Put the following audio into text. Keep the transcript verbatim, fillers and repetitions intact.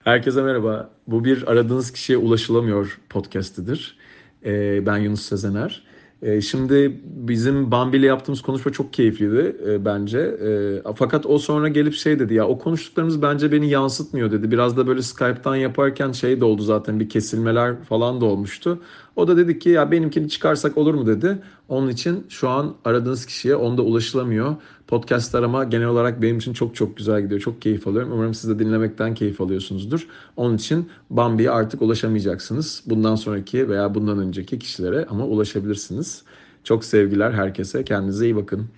Herkese merhaba. Bu bir aradığınız kişiye ulaşılamıyor podcastidir. Ee, ben Yunus Sezener. Ee, şimdi bizim Bambi ile yaptığımız konuşma çok keyifliydi e, bence. E, fakat o sonra gelip şey dedi ya o konuştuklarımız bence beni yansıtmıyor dedi. Biraz da böyle Skype'tan yaparken şey de oldu zaten bir kesilmeler falan da olmuştu. O da dedi ki ya benimkini çıkarsak olur mu dedi. Onun için şu an aradığınız kişiye onda ulaşılamıyor. Podcastlar ama genel olarak benim için çok çok güzel gidiyor. Çok keyif alıyorum. Umarım siz de dinlemekten keyif alıyorsunuzdur. Onun için Bambi'ye artık ulaşamayacaksınız. Bundan sonraki veya bundan önceki kişilere ama ulaşabilirsiniz. Çok sevgiler herkese. Kendinize iyi bakın.